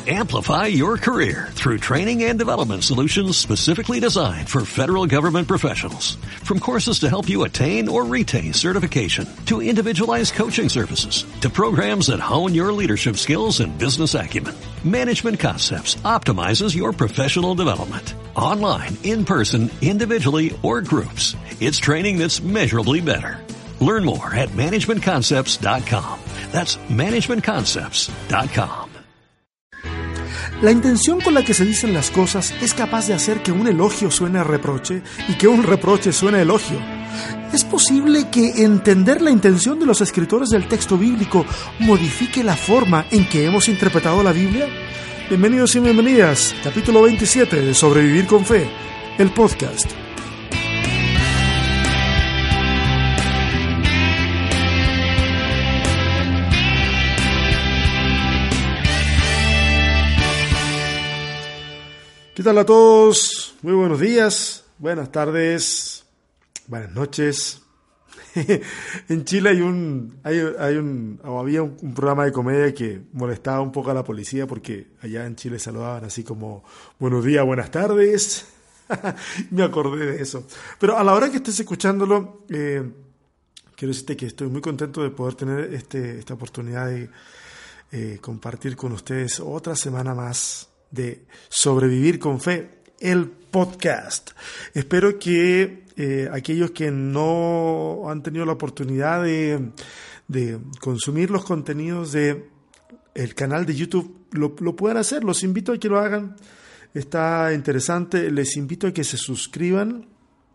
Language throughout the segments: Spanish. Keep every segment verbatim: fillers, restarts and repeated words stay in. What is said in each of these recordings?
Amplify your career through training and development solutions specifically designed for federal government professionals. From courses to help you attain or retain certification, to individualized coaching services, to programs that hone your leadership skills and business acumen, Management Concepts optimizes your professional development. Online, in person, individually, or groups, it's training that's measurably better. Learn more at management concepts dot com. That's management concepts dot com. La intención con la que se dicen las cosas es capaz de hacer que un elogio suene a reproche y que un reproche suene a elogio. ¿Es posible que entender la intención de los escritores del texto bíblico modifique la forma en que hemos interpretado la Biblia? Bienvenidos y bienvenidas, capítulo veintisiete de Sobrevivir con Fe, el podcast. ¿Qué tal a todos? Muy buenos días, buenas tardes, buenas noches. En Chile hay un, hay, hay un, o había un, un programa de comedia que molestaba un poco a la policía porque allá en Chile saludaban así como buenos días, buenas tardes. Me acordé de eso. Pero a la hora que estés escuchándolo, eh, quiero decirte que estoy muy contento de poder tener este, esta oportunidad de eh, compartir con ustedes otra semana más de Sobrevivir con Fe, el podcast. Espero que eh, aquellos que no han tenido la oportunidad de, de consumir los contenidos de el canal de YouTube lo, lo puedan hacer. Los invito a que lo hagan. Está interesante. Les invito a que se suscriban.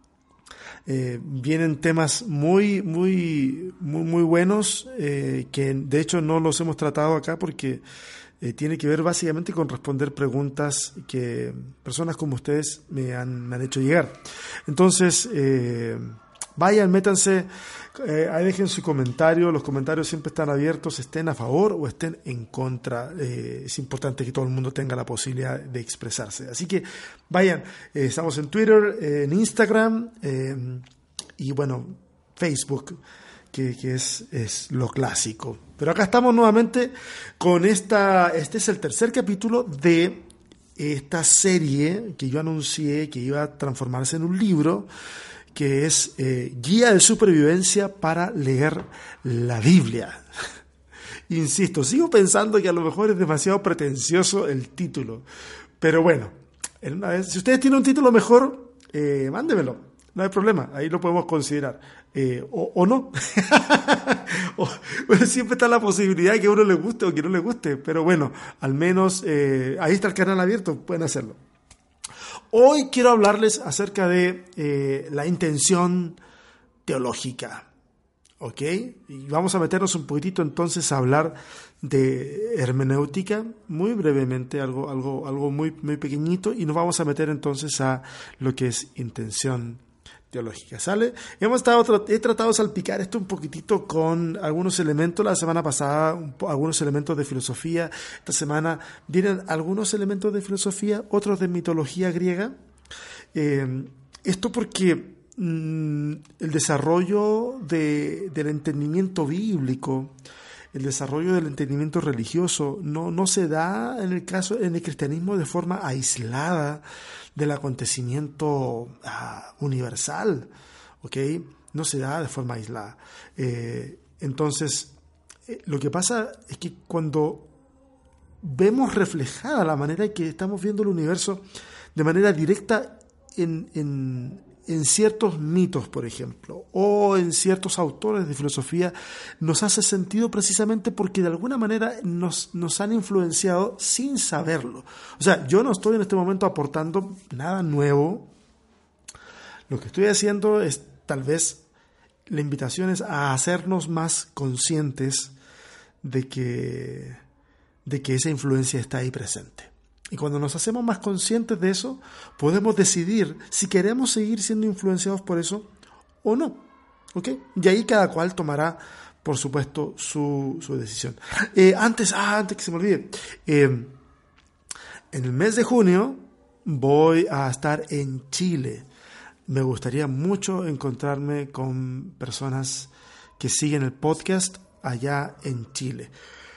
Eh, vienen temas muy, muy, muy, muy buenos eh, que de hecho no los hemos tratado acá porque Eh, tiene que ver básicamente con responder preguntas que personas como ustedes me han, me han hecho llegar. Entonces, eh, vayan, métanse, eh, ahí dejen su comentario. Los comentarios siempre están abiertos, estén a favor o estén en contra. Eh, es importante que todo el mundo tenga la posibilidad de expresarse. Así que vayan, eh, estamos en Twitter, eh, en Instagram eh, y bueno, Facebook. Que, que es, es lo clásico. Pero acá estamos nuevamente con esta, este es el tercer capítulo de esta serie que yo anuncié que iba a transformarse en un libro, que es eh, Guía de Supervivencia para leer la Biblia. Insisto, sigo pensando que a lo mejor es demasiado pretencioso el título, pero bueno, en una vez, si ustedes tienen un título mejor, eh, mándemelo. No hay problema, ahí lo podemos considerar. Eh, o, o no. o, bueno, siempre está la posibilidad de que a uno le guste o que no le guste. Pero bueno, al menos eh, ahí está el canal abierto, pueden hacerlo. Hoy quiero hablarles acerca de eh, la intención teológica. ¿Ok? Y vamos a meternos un poquitito entonces a hablar de hermenéutica, muy brevemente, algo, algo, algo muy, muy pequeñito, y nos vamos a meter entonces a lo que es intención teológica, ¿sale? Hemos estado, he tratado de salpicar esto un poquitito con algunos elementos, la semana pasada un, algunos elementos de filosofía, esta semana vienen algunos elementos de filosofía, otros de mitología griega, eh, esto porque mmm, el desarrollo de, del entendimiento bíblico, el desarrollo del entendimiento religioso no, no se da en el caso en el cristianismo de forma aislada del acontecimiento uh, universal, ¿ok? No se da de forma aislada. Eh, entonces, eh, lo que pasa es que cuando vemos reflejada la manera en que estamos viendo el universo de manera directa en, en, en ciertos mitos, por ejemplo, o en ciertos autores de filosofía, nos hace sentido precisamente porque de alguna manera nos, nos han influenciado sin saberlo. O sea, yo no estoy en este momento aportando nada nuevo. Lo que estoy haciendo es tal vez la invitación es a hacernos más conscientes de que, de que esa influencia está ahí presente. Y cuando nos hacemos más conscientes de eso, podemos decidir si queremos seguir siendo influenciados por eso o no. ¿Ok? Y ahí cada cual tomará, por supuesto, su, su decisión. Eh, antes, ah, antes que se me olvide, eh, en el mes de junio voy a estar en Chile. Me gustaría mucho encontrarme con personas que siguen el podcast allá en Chile.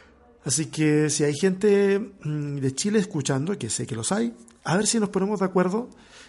Así que si hay gente de Chile escuchando, que sé que los hay, a ver si nos ponemos de acuerdo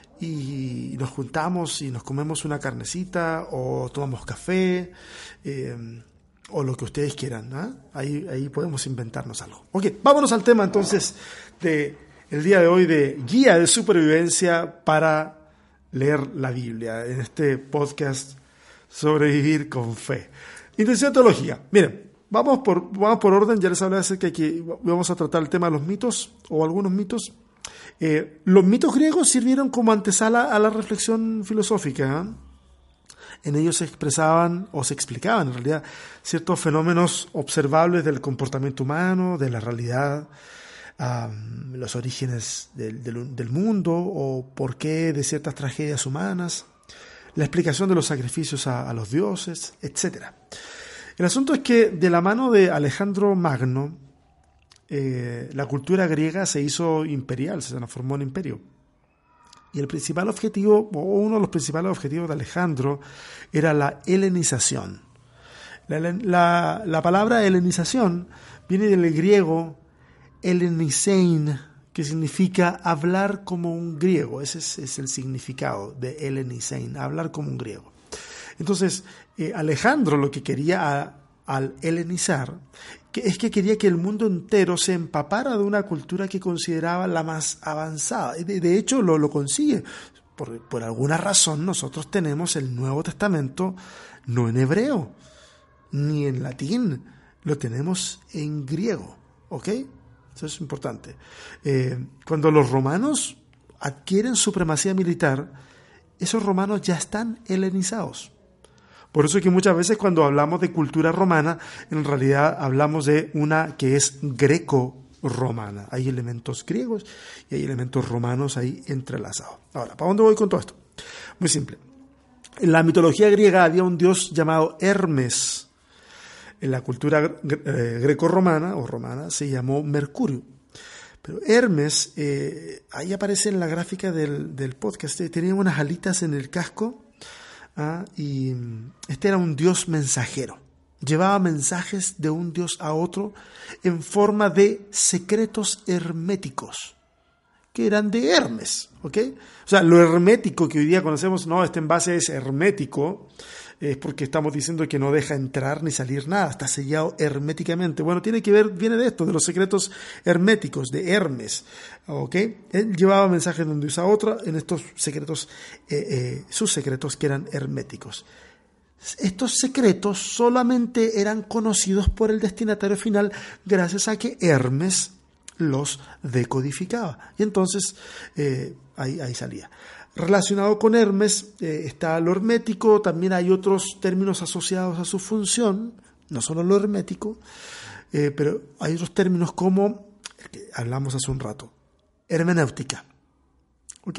y nos juntamos y nos comemos una carnecita o tomamos café eh, o lo que ustedes quieran, ¿eh? Ahí, ahí podemos inventarnos algo. Ok, vámonos al tema entonces de el día de hoy de guía de supervivencia para leer la Biblia en este podcast Sobrevivir con Fe. Intención teológica. Miren, vamos por, vamos por orden. Ya les hablé acerca de que vamos a tratar el tema de los mitos o algunos mitos. Eh, los mitos griegos sirvieron como antesala a la reflexión filosófica, ¿eh? En ellos se expresaban o se explicaban en realidad ciertos fenómenos observables del comportamiento humano, de la realidad, um, los orígenes del, del, del mundo o por qué de ciertas tragedias humanas, la explicación de los sacrificios a, a los dioses, etcétera. El asunto es que de la mano de Alejandro Magno, eh, la cultura griega se hizo imperial, se transformó en imperio. Y el principal objetivo, o uno de los principales objetivos de Alejandro, era la helenización. La, la, la palabra helenización viene del griego helenisein, que significa hablar como un griego. Ese es, es el significado de helenisein, hablar como un griego. Entonces, eh, Alejandro lo que quería a, al helenizar que es que quería que el mundo entero se empapara de una cultura que consideraba la más avanzada. De, de hecho, lo, lo consigue. Por, por alguna razón, nosotros tenemos el Nuevo Testamento no en hebreo, ni en latín, lo tenemos en griego. ¿Ok? Eso es importante. Eh, cuando los romanos adquieren supremacía militar, esos romanos ya están helenizados. Por eso es que muchas veces cuando hablamos de cultura romana, en realidad hablamos de una que es greco-romana. Hay elementos griegos y hay elementos romanos ahí entrelazados. Ahora, ¿para dónde voy con todo esto? Muy simple. En la mitología griega había un dios llamado Hermes. En la cultura eh, greco-romana o romana se llamó Mercurio. Pero Hermes, eh, ahí aparece en la gráfica del, del podcast, eh, tenía unas alitas en el casco. ¿Ah? Y este era un dios mensajero, llevaba mensajes de un dios a otro en forma de secretos herméticos que eran de Hermes, ¿ok? O sea, lo hermético que hoy día conocemos, no, este envase es hermético, es porque estamos diciendo que no deja entrar ni salir nada, está sellado herméticamente. Bueno, tiene que ver, viene de esto, de los secretos herméticos, de Hermes, ¿ok? Él llevaba mensajes de un dios a otro en estos secretos, eh, eh, sus secretos que eran herméticos. Estos secretos solamente eran conocidos por el destinatario final gracias a que Hermes los decodificaba. Y entonces eh, ahí, ahí salía. Relacionado con Hermes eh, está lo hermético, también hay otros términos asociados a su función, no solo lo hermético, eh, pero hay otros términos como el que hablamos hace un rato, hermenéutica. ¿Ok?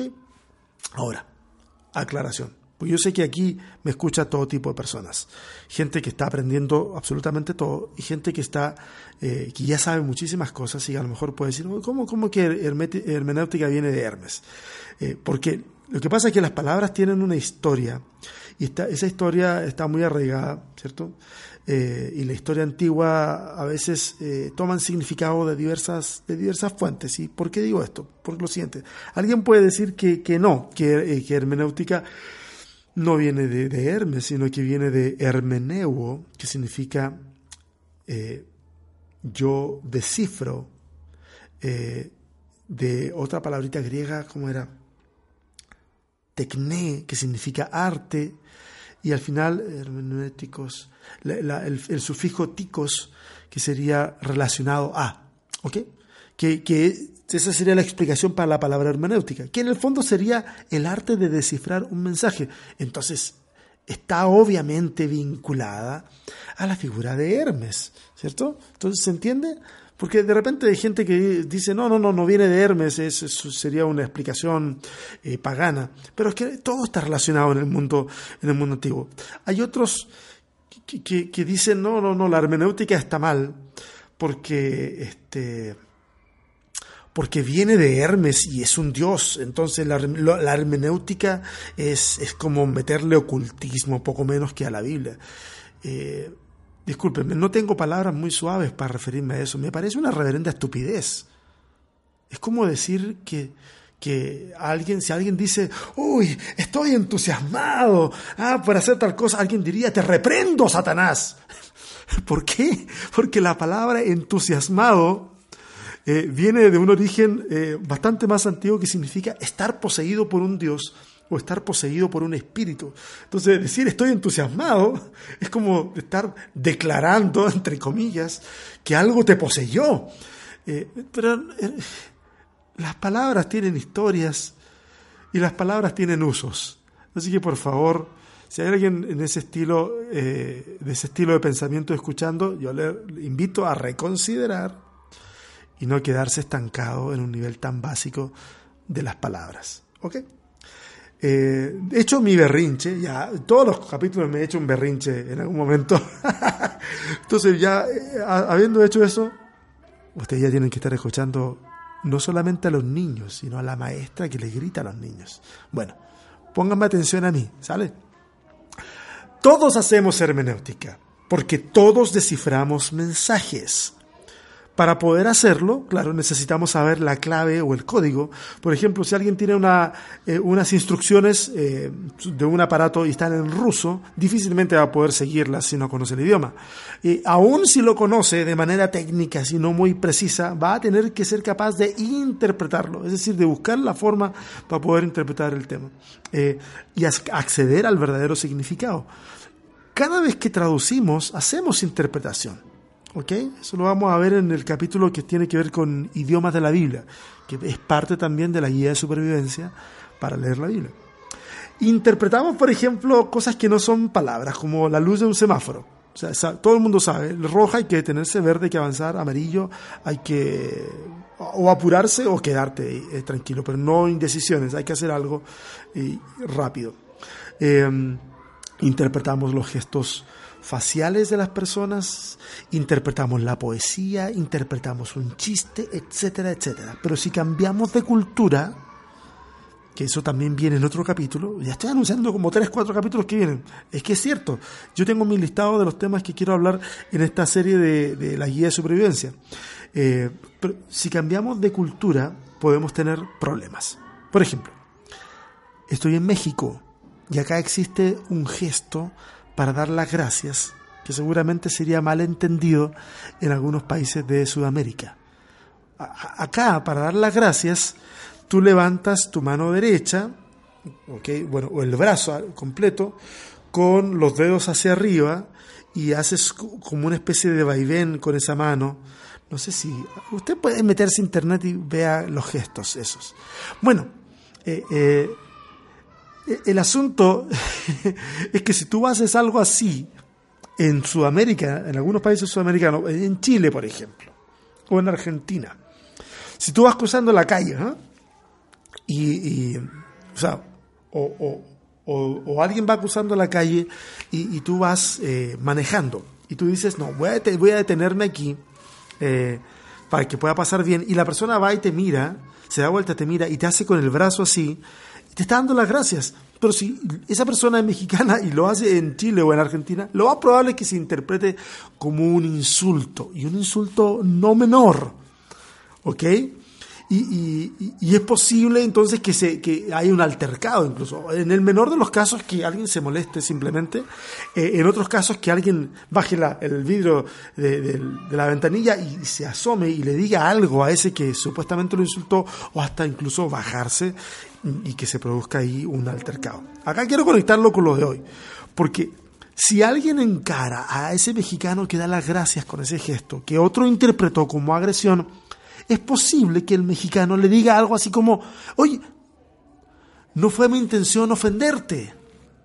Ahora, aclaración. Pues yo sé que aquí me escucha todo tipo de personas, gente que está aprendiendo absolutamente todo y gente que está eh, que ya sabe muchísimas cosas y a lo mejor puede decir, ¿cómo, cómo que hermenéutica viene de Hermes? Eh, porque lo que pasa es que las palabras tienen una historia y está, esa historia está muy arraigada, ¿cierto? Eh, y la historia antigua a veces eh, toman significado de diversas, de diversas fuentes. ¿Y por qué digo esto? Por lo siguiente, alguien puede decir que, que no, que, eh, que hermenéutica no viene de, de Hermes, sino que viene de hermeneuo, que significa eh, yo descifro, eh, de otra palabrita griega, ¿cómo era? Tecné, que significa arte, y al final, hermenéuticos, la, la, el, el sufijo ticos, que sería relacionado a, ¿ok? Que, que esa sería la explicación para la palabra hermenéutica, que en el fondo sería el arte de descifrar un mensaje. Entonces, está obviamente vinculada a la figura de Hermes, ¿cierto? Entonces, ¿se entiende? Porque de repente hay gente que dice, no, no, no, no viene de Hermes, eso sería una explicación eh, pagana. Pero es que todo está relacionado en el mundo, en el mundo antiguo. Hay otros que, que, que dicen, no, no, no, la hermenéutica está mal, porque este... porque viene de Hermes y es un dios. Entonces la, la hermenéutica es, es como meterle ocultismo, poco menos que a la Biblia. Eh, discúlpenme, no tengo palabras muy suaves para referirme a eso. Me parece una reverenda estupidez. Es como decir que, que alguien, si alguien dice, uy, estoy entusiasmado ah, por hacer tal cosa, alguien diría, te reprendo, Satanás. ¿Por qué? Porque la palabra entusiasmado eh, viene de un origen eh, bastante más antiguo que significa estar poseído por un Dios o estar poseído por un espíritu. Entonces, decir estoy entusiasmado es como estar declarando, entre comillas, que algo te poseyó. Eh, pero eh, las palabras tienen historias y las palabras tienen usos. Así que, por favor, si hay alguien en ese estilo, eh, de ese estilo de pensamiento escuchando, yo le invito a reconsiderar y no quedarse estancado en un nivel tan básico de las palabras. ¿Ok? Eh, he hecho mi berrinche, ya, todos los capítulos me he hecho un berrinche en algún momento. Entonces ya, eh, habiendo hecho eso, ustedes ya tienen que estar escuchando no solamente a los niños, sino a la maestra que les grita a los niños. Bueno, pónganme atención a mí, ¿sale? Todos hacemos hermenéutica, porque todos desciframos mensajes. Para poder hacerlo, claro, necesitamos saber la clave o el código. Por ejemplo, si alguien tiene una, eh, unas instrucciones eh, de un aparato y están en ruso, difícilmente va a poder seguirlas si no conoce el idioma. Y aún si lo conoce de manera técnica, si no muy precisa, va a tener que ser capaz de interpretarlo, es decir, de buscar la forma para poder interpretar el tema eh, y acceder al verdadero significado. Cada vez que traducimos, hacemos interpretación. ¿Ok? Eso lo vamos a ver en el capítulo que tiene que ver con idiomas de la Biblia, que es parte también de la guía de supervivencia para leer la Biblia. Interpretamos, por ejemplo, cosas que no son palabras, como la luz de un semáforo. O sea, todo el mundo sabe, el rojo hay que detenerse, verde hay que avanzar, amarillo hay que o apurarse o quedarte eh, tranquilo, pero no indecisiones, hay que hacer algo eh, rápido. Eh, interpretamos los gestos faciales de las personas, interpretamos la poesía, interpretamos un chiste, etcétera, etcétera. Pero si cambiamos de cultura, que eso también viene en otro capítulo, ya estoy anunciando como tres, cuatro capítulos que vienen, es que es cierto, yo tengo mi listado de los temas que quiero hablar en esta serie de, de la guía de supervivencia. Eh, pero si cambiamos de cultura, podemos tener problemas. Por ejemplo, estoy en México y acá existe un gesto para dar las gracias, que seguramente sería mal entendido en algunos países de Sudamérica. A- acá, para dar las gracias, tú levantas tu mano derecha, okay, bueno, o el brazo completo, con los dedos hacia arriba y haces como una especie de vaivén con esa mano. No sé si... Usted puede meterse a internet y vea los gestos esos. Bueno, eh... eh el asunto es que si tú haces algo así en Sudamérica, en algunos países sudamericanos, en Chile, por ejemplo, o en Argentina, si tú vas cruzando la calle, ¿eh? y, y, o sea, o, o, o, o alguien va cruzando la calle y, y tú vas eh, manejando y tú dices, no, voy a, te, voy a detenerme aquí eh, para que pueda pasar bien, y la persona va y te mira, se da vuelta, te mira y te hace con el brazo así, te está dando las gracias. Pero si esa persona es mexicana y lo hace en Chile o en Argentina, lo más probable es que se interprete como un insulto, y un insulto no menor, ¿ok? Y, y, y es posible entonces que, se, que haya un altercado, incluso. En el menor de los casos, que alguien se moleste simplemente. Eh, en otros casos, que alguien baje la, el vidrio de, de, de la ventanilla y se asome y le diga algo a ese que supuestamente lo insultó, o hasta incluso bajarse y que se produzca ahí un altercado. Acá quiero conectarlo con lo de hoy, porque si alguien encara a ese mexicano que da las gracias con ese gesto, que otro interpretó como agresión, es posible que el mexicano le diga algo así como, oye, no fue mi intención ofenderte.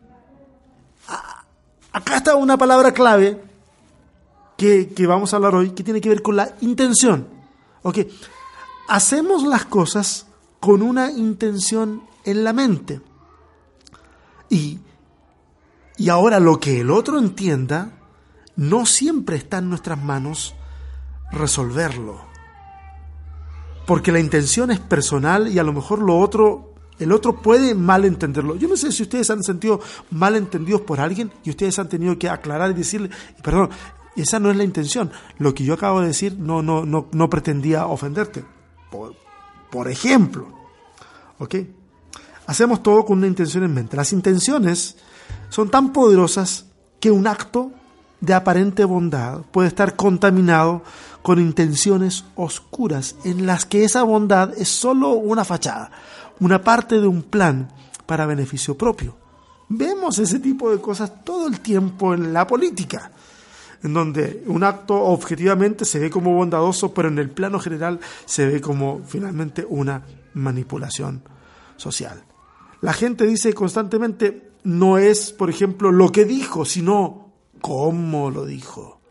Acá está una palabra clave que, que vamos a hablar hoy, que tiene que ver con la intención. ¿Ok? Hacemos las cosas con una intención en la mente. Y, y ahora lo que el otro entienda, no siempre está en nuestras manos resolverlo. Porque la intención es personal y a lo mejor lo otro, el otro puede malentenderlo. Yo no sé si ustedes han sentido malentendidos por alguien y ustedes han tenido que aclarar y decirle, perdón, esa no es la intención. Lo que yo acabo de decir no, no, no, no pretendía ofenderte. Por, por ejemplo, ¿ok? Hacemos todo con una intención en mente. Las intenciones son tan poderosas que un acto de aparente bondad puede estar contaminado con intenciones oscuras en las que esa bondad es solo una fachada, una parte de un plan para beneficio propio. Vemos ese tipo de cosas todo el tiempo en la política, en donde un acto objetivamente se ve como bondadoso, pero en el plano general se ve como finalmente una manipulación social. La gente dice constantemente, no es, por ejemplo, lo que dijo, sino cómo lo dijo.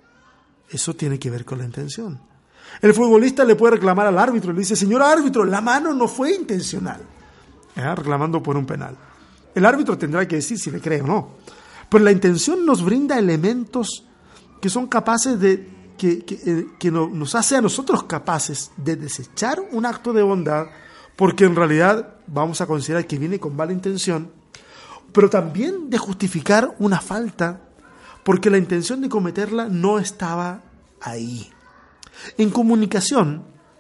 Eso tiene que ver con la intención. El futbolista le puede reclamar al árbitro, le dice, señor árbitro, la mano no fue intencional, ¿eh? Reclamando por un penal. El árbitro tendrá que decir si le cree o no. Pero la intención nos brinda elementos que son capaces de, que, que, que nos hace a nosotros capaces de desechar un acto de bondad, porque en realidad vamos a considerar que viene con mala intención, pero también de justificar una falta, porque la intención de cometerla no estaba ahí. En comunicación,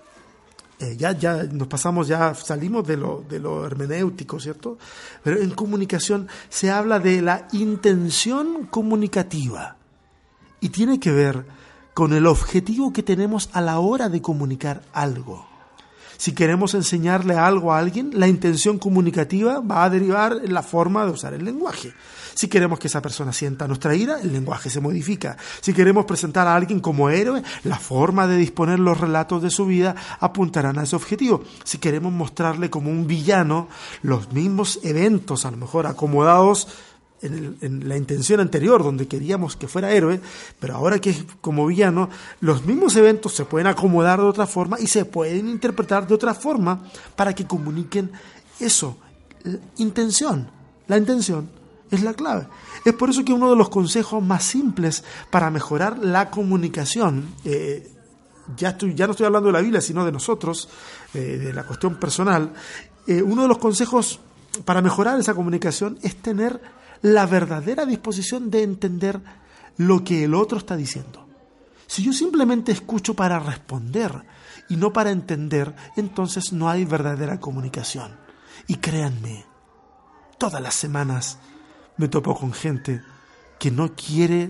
eh, ya, ya nos pasamos, ya salimos de lo, de lo hermenéutico, ¿cierto? Pero en comunicación se habla de la intención comunicativa y tiene que ver con el objetivo que tenemos a la hora de comunicar algo. Si queremos enseñarle algo a alguien, la intención comunicativa va a derivar en la forma de usar el lenguaje. Si queremos que esa persona sienta nuestra ira, el lenguaje se modifica. Si queremos presentar a alguien como héroe, la forma de disponer los relatos de su vida apuntarán a ese objetivo. Si queremos mostrarle como un villano, los mismos eventos, a lo mejor acomodados en, el, en la intención anterior, donde queríamos que fuera héroe, pero ahora que es como villano, los mismos eventos se pueden acomodar de otra forma y se pueden interpretar de otra forma para que comuniquen eso. La intención, la intención es la clave. Es por eso que uno de los consejos más simples para mejorar la comunicación, eh, ya, estoy, ya no estoy hablando de la Biblia, sino de nosotros, eh, de la cuestión personal, eh, uno de los consejos para mejorar esa comunicación es tener la verdadera disposición de entender lo que el otro está diciendo. Si yo simplemente escucho para responder y no para entender, entonces no hay verdadera comunicación. Y créanme, todas las semanas me topo con gente que no quiere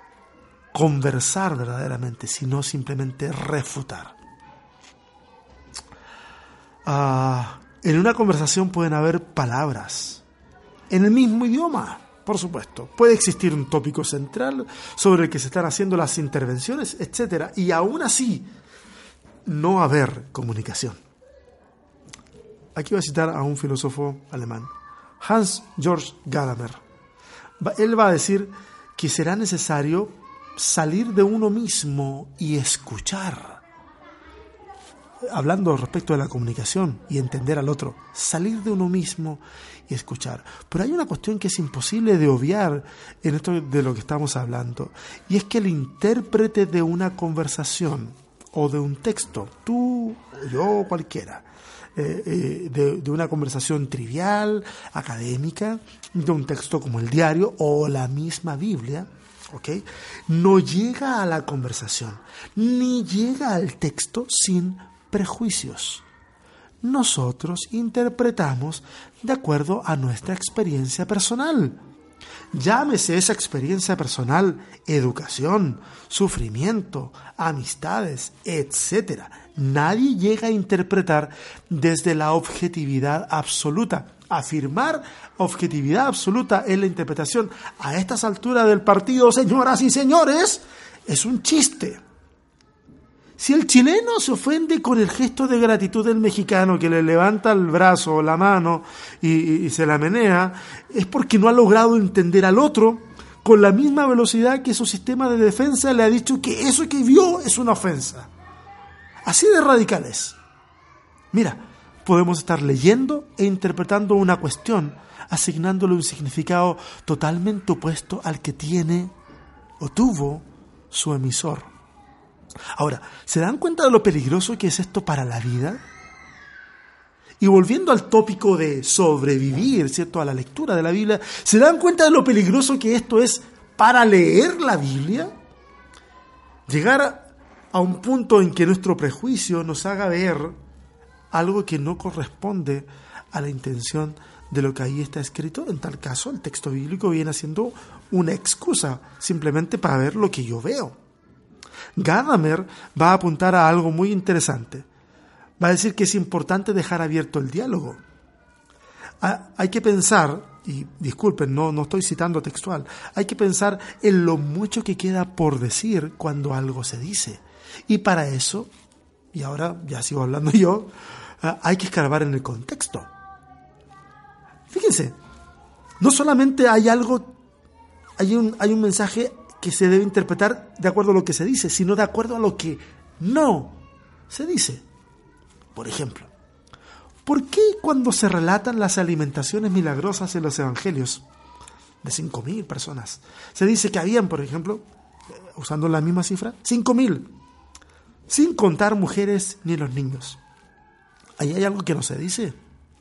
conversar verdaderamente, sino simplemente refutar. Uh, en una conversación pueden haber palabras en el mismo idioma, por supuesto. Puede existir un tópico central sobre el que se están haciendo las intervenciones, etcétera, y aún así no haber comunicación. Aquí voy a citar a un filósofo alemán, Hans-Georg Gadamer. Él va a decir que será necesario salir de uno mismo y escuchar. Hablando respecto de la comunicación y entender al otro, salir de uno mismo y escuchar. Pero hay una cuestión que es imposible de obviar en esto de lo que estamos hablando, y es que el intérprete de una conversación o de un texto, tú, yo, cualquiera, eh, eh, de, de una conversación trivial, académica, de un texto como el diario o la misma Biblia, ¿okay?, no llega a la conversación, ni llega al texto sin prejuicios. Nosotros interpretamos de acuerdo a nuestra experiencia personal. Llámese esa experiencia personal educación, sufrimiento, amistades, etcétera. Nadie llega a interpretar desde la objetividad absoluta. Afirmar objetividad absoluta en la interpretación a estas alturas del partido, señoras y señores, es un chiste. Si el chileno se ofende con el gesto de gratitud del mexicano que le levanta el brazo o la mano y, y, y se la menea, es porque no ha logrado entender al otro con la misma velocidad que su sistema de defensa le ha dicho que eso que vio es una ofensa. Así de radical es. Mira, podemos estar leyendo e interpretando una cuestión, asignándole un significado totalmente opuesto al que tiene o tuvo su emisor. Ahora, ¿se dan cuenta de lo peligroso que es esto para la vida? Y volviendo al tópico de sobrevivir, ¿cierto?, a la lectura de la Biblia, ¿se dan cuenta de lo peligroso que esto es para leer la Biblia? llegar a, a un punto en que nuestro prejuicio nos haga ver algo que no corresponde a la intención de lo que ahí está escrito. En tal caso, el texto bíblico viene siendo una excusa simplemente para ver lo que yo veo. Gadamer va a apuntar a algo muy interesante. Va a decir que es importante dejar abierto el diálogo. Hay que pensar, y disculpen, no, no estoy citando textual, hay que pensar en lo mucho que queda por decir cuando algo se dice. Y para eso, y ahora ya sigo hablando yo, hay que escarbar en el contexto. Fíjense, no solamente hay algo, hay un, hay un mensaje que se debe interpretar de acuerdo a lo que se dice, sino de acuerdo a lo que no se dice. Por ejemplo, ¿por qué cuando se relatan las alimentaciones milagrosas en los evangelios de cinco mil personas, se dice que habían, por ejemplo, usando la misma cifra, cinco mil, sin contar mujeres ni los niños? ¿Ahí hay algo que no se dice?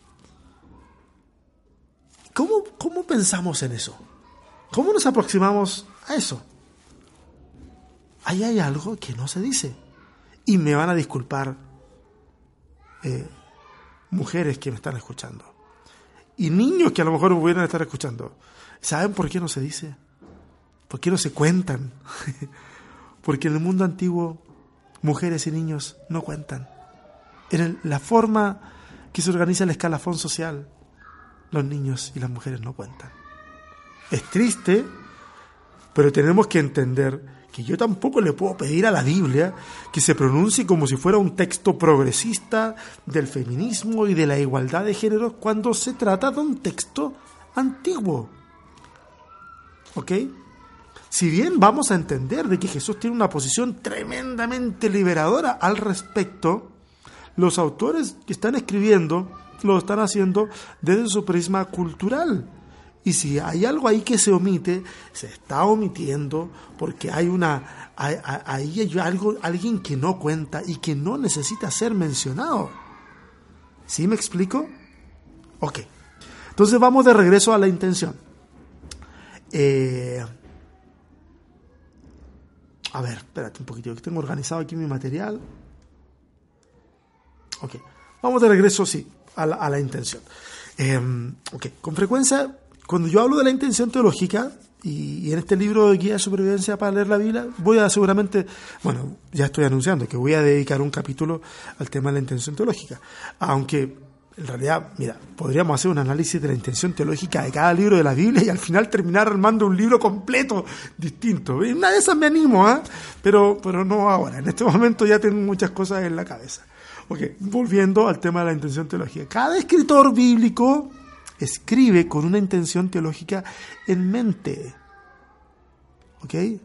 ¿Cómo, cómo pensamos en eso? ¿Cómo nos aproximamos a eso? Ahí hay algo que no se dice. Y me van a disculpar eh, mujeres que me están escuchando. Y niños que a lo mejor me pudieran estar escuchando. ¿Saben por qué no se dice? ¿Por qué no se cuentan? Porque en el mundo antiguo mujeres y niños no cuentan. En el, la forma que se organiza el escalafón social, los niños y las mujeres no cuentan. Es triste, pero tenemos que entender que yo tampoco le puedo pedir a la Biblia que se pronuncie como si fuera un texto progresista del feminismo y de la igualdad de géneros cuando se trata de un texto antiguo. ¿Ok? Si bien vamos a entender de que Jesús tiene una posición tremendamente liberadora al respecto, los autores que están escribiendo lo están haciendo desde su prisma cultural. Y si hay algo ahí que se omite, se está omitiendo porque hay una hay, hay, hay algo, alguien que no cuenta y que no necesita ser mencionado. ¿Sí me explico? Ok. Entonces vamos de regreso a la intención. Eh, a ver, espérate un poquitito, que tengo organizado aquí mi material. Ok. Vamos de regreso, sí, a la, a la intención. Eh, ok. Con frecuencia, cuando yo hablo de la intención teológica, y, y en este libro de Guía de Supervivencia para leer la Biblia, voy a seguramente, bueno, ya estoy anunciando que voy a dedicar un capítulo al tema de la intención teológica. Aunque, en realidad, mira, podríamos hacer un análisis de la intención teológica de cada libro de la Biblia y al final terminar armando un libro completo distinto. Y una de esas me animo, ¿eh? Pero, pero no ahora. En este momento ya tengo muchas cosas en la cabeza. Ok, volviendo al tema de la intención teológica. Cada escritor bíblico escribe con una intención teológica en mente. ¿Ok? En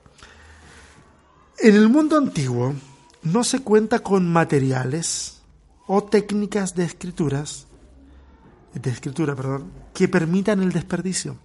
el mundo antiguo no se cuenta con materiales o técnicas de escrituras, de escritura, perdón, que permitan el desperdicio.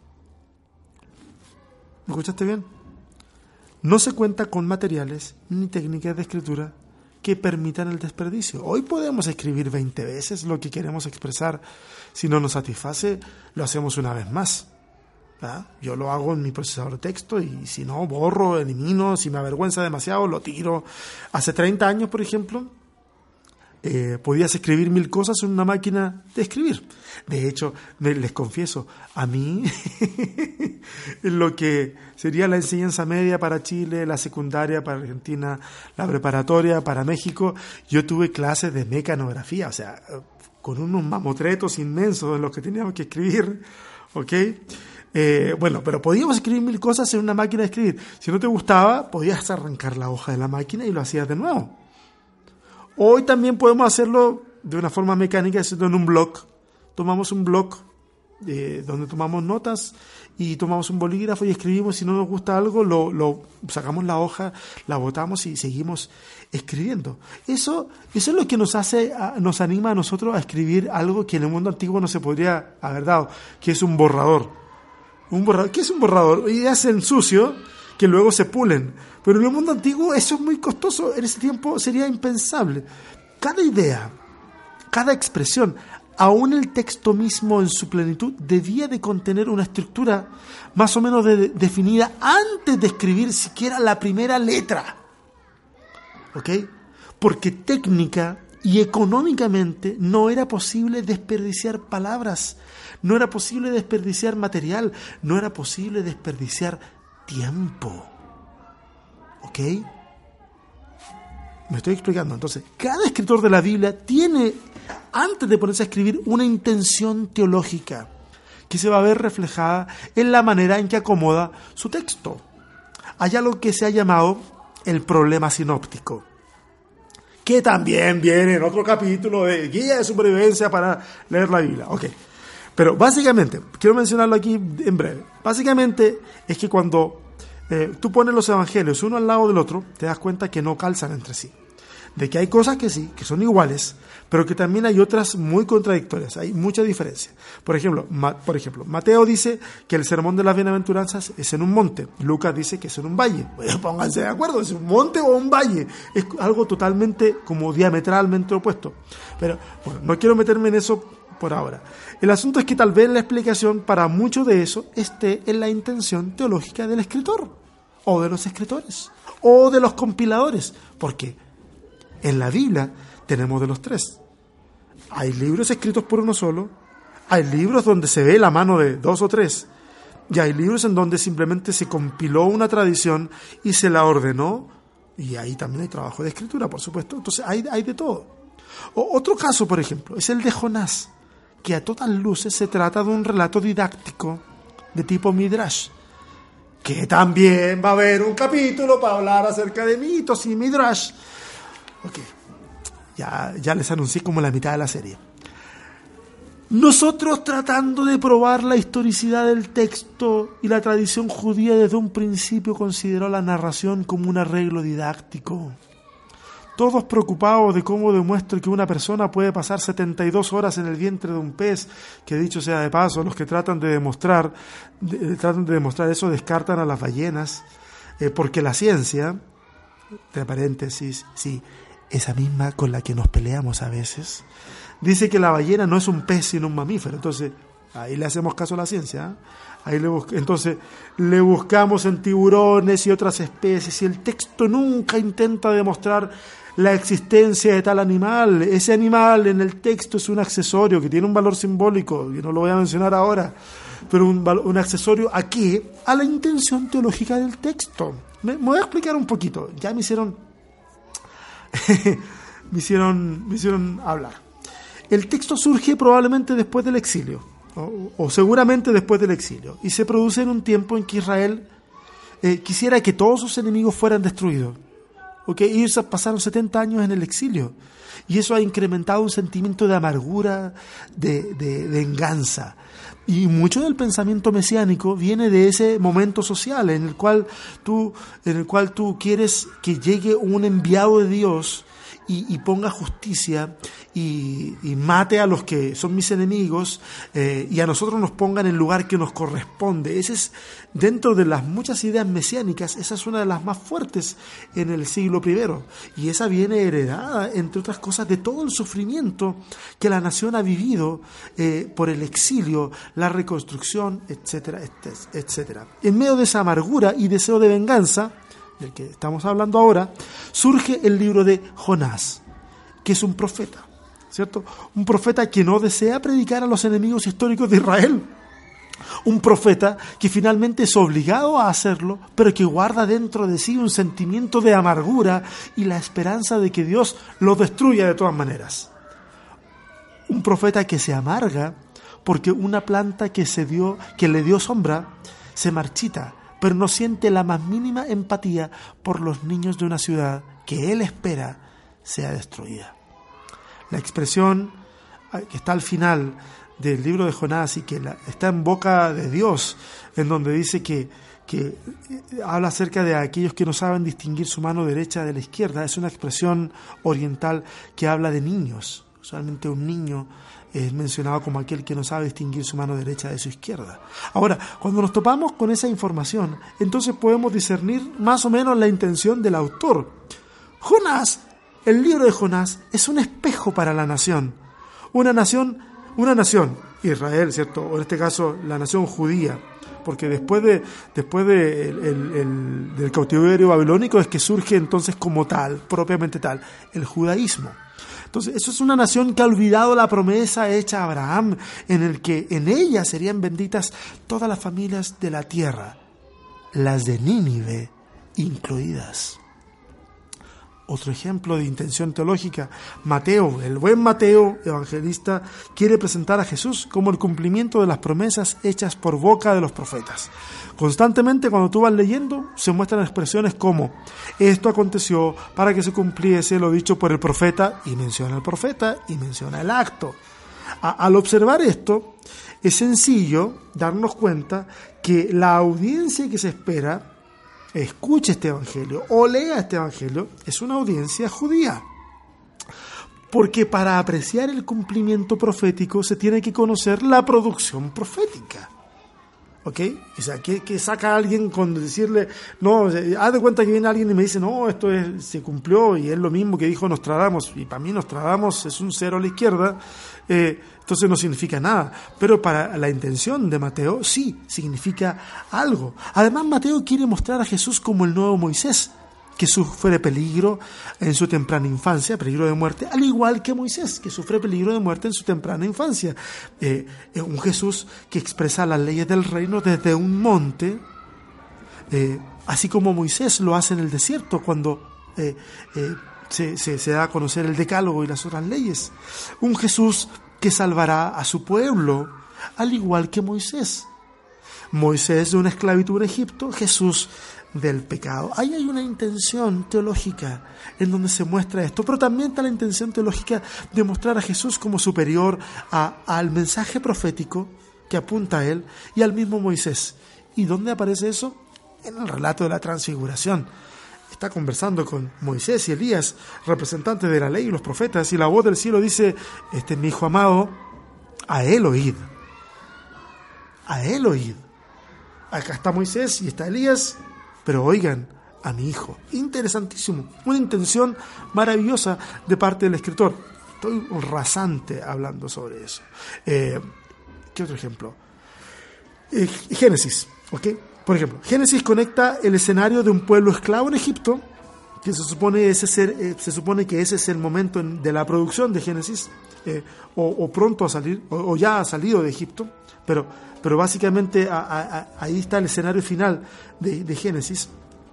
¿Me escuchaste bien? No se cuenta con materiales ni técnicas de escritura que permitan el desperdicio. Hoy podemos escribir veinte veces lo que queremos expresar. Si no nos satisface, lo hacemos una vez más. ¿Ah? Yo lo hago en mi procesador de texto y si no, borro, elimino. Si me avergüenza demasiado, lo tiro. Hace treinta años, por ejemplo, eh, podías escribir mil cosas en una máquina de escribir. De hecho, me, les confieso, a mí, en lo que sería la enseñanza media para Chile, la secundaria para Argentina, la preparatoria para México, yo tuve clases de mecanografía, o sea, con unos mamotretos inmensos en los que teníamos que escribir, ¿ok? Eh, bueno, pero podíamos escribir mil cosas en una máquina de escribir. Si no te gustaba, podías arrancar la hoja de la máquina y lo hacías de nuevo. Hoy también podemos hacerlo de una forma mecánica, haciendo en un blog. Tomamos un blog eh, donde tomamos notas y tomamos un bolígrafo y escribimos. Si no nos gusta algo, lo, lo sacamos la hoja, la botamos y seguimos escribiendo. Eso, eso es lo que nos hace, nos anima a nosotros a escribir algo que en el mundo antiguo no se podría haber dado, que es un borrador. Un borrador. ¿Qué es un borrador? Ideas en sucio que luego se pulen. Pero en el mundo antiguo eso es muy costoso. En ese tiempo sería impensable. Cada idea, cada expresión, aún el texto mismo en su plenitud, debía de contener una estructura más o menos de, de, definida antes de escribir siquiera la primera letra. ¿ok? Porque técnica y económicamente no era posible desperdiciar palabras, no era posible desperdiciar material, no era posible desperdiciar tiempo. ¿Ok? Me estoy explicando. Entonces, cada escritor de la Biblia tiene, antes de ponerse a escribir, una intención teológica que se va a ver reflejada en la manera en que acomoda su texto. Hay algo que se ha llamado el problema sinóptico, que también viene en otro capítulo de Guía de Supervivencia para leer la Biblia. Ok. Pero básicamente, quiero mencionarlo aquí en breve. Básicamente es que cuando eh, tú pones los evangelios uno al lado del otro, te das cuenta que no calzan entre sí. De que hay cosas que sí, que son iguales, pero que también hay otras muy contradictorias. Hay mucha diferencia. Por ejemplo, Ma, por ejemplo, Mateo dice que el sermón de las bienaventuranzas es en un monte. Lucas dice que es en un valle. Bueno, pónganse de acuerdo, ¿es un monte o un valle? Es algo totalmente, como diametralmente opuesto. Pero, bueno, no quiero meterme en eso por ahora. El asunto es que tal vez la explicación para mucho de eso esté en la intención teológica del escritor, o de los escritores, o de los compiladores. ¿Por qué? En la Biblia tenemos de los tres. Hay libros escritos por uno solo, hay libros donde se ve la mano de dos o tres, y hay libros en donde simplemente se compiló una tradición y se la ordenó, y ahí también hay trabajo de escritura, por supuesto. Entonces hay, hay de todo. O, otro caso, por ejemplo, es el de Jonás, que a todas luces se trata de un relato didáctico de tipo Midrash, que también va a haber un capítulo para hablar acerca de mitos y Midrash. Ok, ya, ya les anuncié como la mitad de la serie. Nosotros, tratando de probar la historicidad del texto y la tradición judía, desde un principio consideró la narración como un arreglo didáctico. Todos preocupados de cómo demuestro que una persona puede pasar setenta y dos horas en el vientre de un pez, que dicho sea de paso, los que tratan de demostrar, de, tratan de demostrar eso descartan a las ballenas, eh, porque la ciencia, entre paréntesis, sí, esa misma con la que nos peleamos a veces, dice que la ballena no es un pez sino un mamífero. Entonces, ahí le hacemos caso a la ciencia, ¿eh? Ahí le bus- entonces le buscamos en tiburones y otras especies, y el texto nunca intenta demostrar la existencia de tal animal. Ese animal en el texto es un accesorio que tiene un valor simbólico, y no lo voy a mencionar ahora, pero un, un accesorio ¿a qué? A la intención teológica del texto. Me, me voy a explicar un poquito. Ya me hicieron me hicieron me hicieron hablar. El texto surge probablemente después del exilio, o, o seguramente después del exilio, y se produce en un tiempo en que Israel eh, quisiera que todos sus enemigos fueran destruidos. Okay, ellos pasaron setenta años en el exilio, y eso ha incrementado un sentimiento de amargura, de, de, de venganza. Y mucho del pensamiento mesiánico viene de ese momento social en el cual tú, en el cual tú quieres que llegue un enviado de Dios y, y ponga justicia y, y mate a los que son mis enemigos, eh, y a nosotros nos ponga en el lugar que nos corresponde. Ese es, dentro de las muchas ideas mesiánicas, esa es una de las más fuertes en el siglo primero, y esa viene heredada, entre otras cosas, de todo el sufrimiento que la nación ha vivido eh, por el exilio, la reconstrucción, etcétera, etcétera. En medio de esa amargura y deseo de venganza del que estamos hablando ahora, surge el libro de Jonás, que es un profeta, ¿cierto? Un profeta que no desea predicar a los enemigos históricos de Israel. Un profeta que finalmente es obligado a hacerlo, pero que guarda dentro de sí un sentimiento de amargura y la esperanza de que Dios lo destruya de todas maneras. Un profeta que se amarga porque una planta que, se dio, que le dio sombra se marchita, pero no siente la más mínima empatía por los niños de una ciudad que él espera sea destruida. La expresión que está al final del libro de Jonás y que la, está en boca de Dios, en donde dice que, que habla acerca de aquellos que no saben distinguir su mano derecha de la izquierda, es una expresión oriental que habla de niños. Usualmente un niño es mencionado como aquel que no sabe distinguir su mano derecha de su izquierda. Ahora, cuando nos topamos con esa información, entonces podemos discernir más o menos la intención del autor. Jonás, el libro de Jonás, es un espejo para la nación. Una nación, una nación, Israel, ¿cierto? O en este caso, la nación judía, porque después de después de el, el, el, del cautiverio babilónico es que surge entonces como tal, propiamente tal, el judaísmo. Entonces, eso es una nación que ha olvidado la promesa hecha a Abraham, en el que en ella serían benditas todas las familias de la tierra, las de Nínive incluidas. Otro ejemplo de intención teológica, Mateo, el buen Mateo, evangelista, quiere presentar a Jesús como el cumplimiento de las promesas hechas por boca de los profetas. Constantemente, cuando tú vas leyendo, se muestran expresiones como esto aconteció para que se cumpliese lo dicho por el profeta, y menciona el profeta y menciona el acto. A, al observar esto, es sencillo darnos cuenta que la audiencia que se espera escuche este evangelio o lea este evangelio es una audiencia judía. Porque para apreciar el cumplimiento profético se tiene que conocer la producción profética. ¿Ok? O sea, que, que saca a alguien con decirle, no, haz de cuenta que viene alguien y me dice, no, esto es, se cumplió y es lo mismo que dijo Nostradamus. Y para mí Nostradamus es un cero a la izquierda, eh, entonces no significa nada. Pero para la intención de Mateo, sí, significa algo. Además, Mateo quiere mostrar a Jesús como el nuevo Moisés, que sufre peligro en su temprana infancia, peligro de muerte, al igual que Moisés, que sufre peligro de muerte en su temprana infancia. Eh, un Jesús que expresa las leyes del reino desde un monte, eh, así como Moisés lo hace en el desierto cuando eh, eh, se, se, se da a conocer el decálogo y las otras leyes. Un Jesús que salvará a su pueblo, al igual que Moisés. Moisés de una esclavitud en Egipto, Jesús del pecado. Ahí hay una intención teológica en donde se muestra esto, pero también está la intención teológica de mostrar a Jesús como superior a, al mensaje profético que apunta a él y al mismo Moisés. ¿Y dónde aparece eso? En el relato de la transfiguración. Está conversando con Moisés y Elías, representantes de la ley y los profetas, y la voz del cielo dice, este es mi hijo amado, a él oíd. A él oíd. Acá está Moisés y está Elías, pero oigan a mi hijo. Interesantísimo. Una intención maravillosa de parte del escritor. Estoy rasante hablando sobre eso. Eh, ¿Qué otro ejemplo? Eh, Génesis, ¿ok? Por ejemplo, Génesis conecta el escenario de un pueblo esclavo en Egipto, que se supone, ese ser, eh, se supone que ese es el momento en, de la producción de Génesis, eh, o, o pronto a salir, o, o ya ha salido de Egipto, pero, pero básicamente a, a, a, ahí está el escenario final de, de Génesis,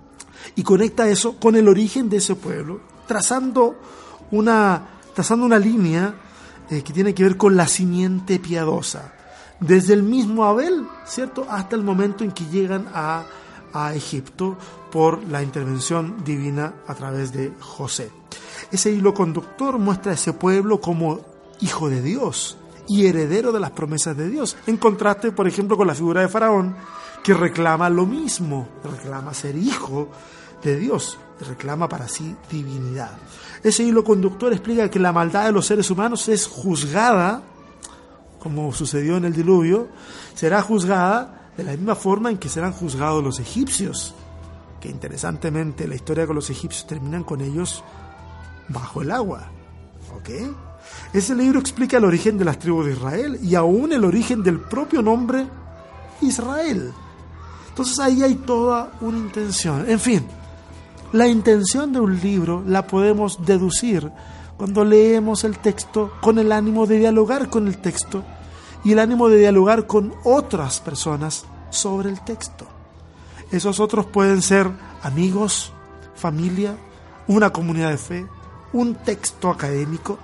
y conecta eso con el origen de ese pueblo, trazando una, trazando una línea eh, que tiene que ver con la simiente piadosa, desde el mismo Abel, ¿cierto?, hasta el momento en que llegan a, a Egipto por la intervención divina a través de José. Ese hilo conductor muestra a ese pueblo como hijo de Dios y heredero de las promesas de Dios, en contraste, por ejemplo, con la figura de Faraón, que reclama lo mismo, reclama ser hijo de Dios, reclama para sí divinidad. Ese hilo conductor explica que la maldad de los seres humanos es juzgada, como sucedió en el diluvio, será juzgada de la misma forma en que serán juzgados los egipcios, que interesantemente la historia con los egipcios terminan con ellos bajo el agua. ¿Ok? Ese libro explica el origen de las tribus de Israel y aún el origen del propio nombre Israel. Entonces ahí hay toda una intención. En fin, la intención de un libro la podemos deducir cuando leemos el texto con el ánimo de dialogar con el texto y el ánimo de dialogar con otras personas sobre el texto. Esos otros pueden ser amigos, familia, una comunidad de fe, un texto académico.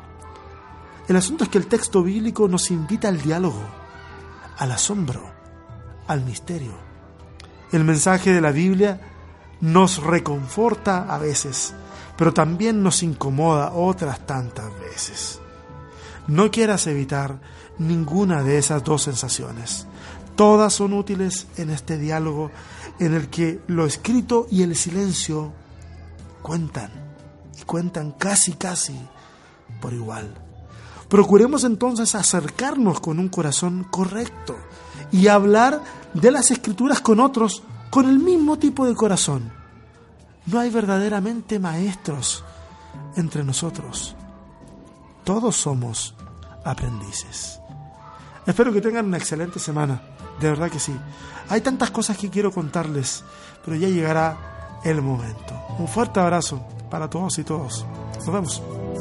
El asunto es que el texto bíblico nos invita al diálogo, al asombro, al misterio. El mensaje de la Biblia nos reconforta a veces, pero también nos incomoda otras tantas veces. No quieras evitar ninguna de esas dos sensaciones. Todas son útiles en este diálogo en el que lo escrito y el silencio cuentan, y cuentan casi casi por igual. Procuremos entonces acercarnos con un corazón correcto y hablar de las Escrituras con otros con el mismo tipo de corazón. No hay verdaderamente maestros entre nosotros. Todos somos aprendices. Espero que tengan una excelente semana. de verdad que sí. Hay tantas cosas que quiero contarles, pero ya llegará el momento. Un fuerte abrazo para todos y todos. Nos vemos.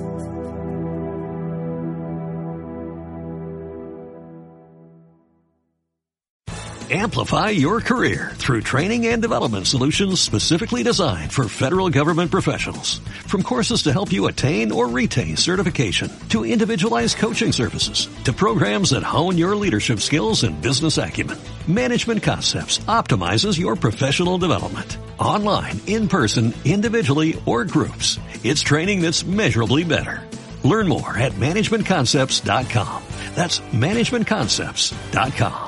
Amplify your career through training and development solutions specifically designed for federal government professionals. From courses to help you attain or retain certification, to individualized coaching services, to programs that hone your leadership skills and business acumen, Management Concepts optimizes your professional development. Online, in person, individually, or groups, it's training that's measurably better. Learn more at management concepts dot com. That's management concepts dot com.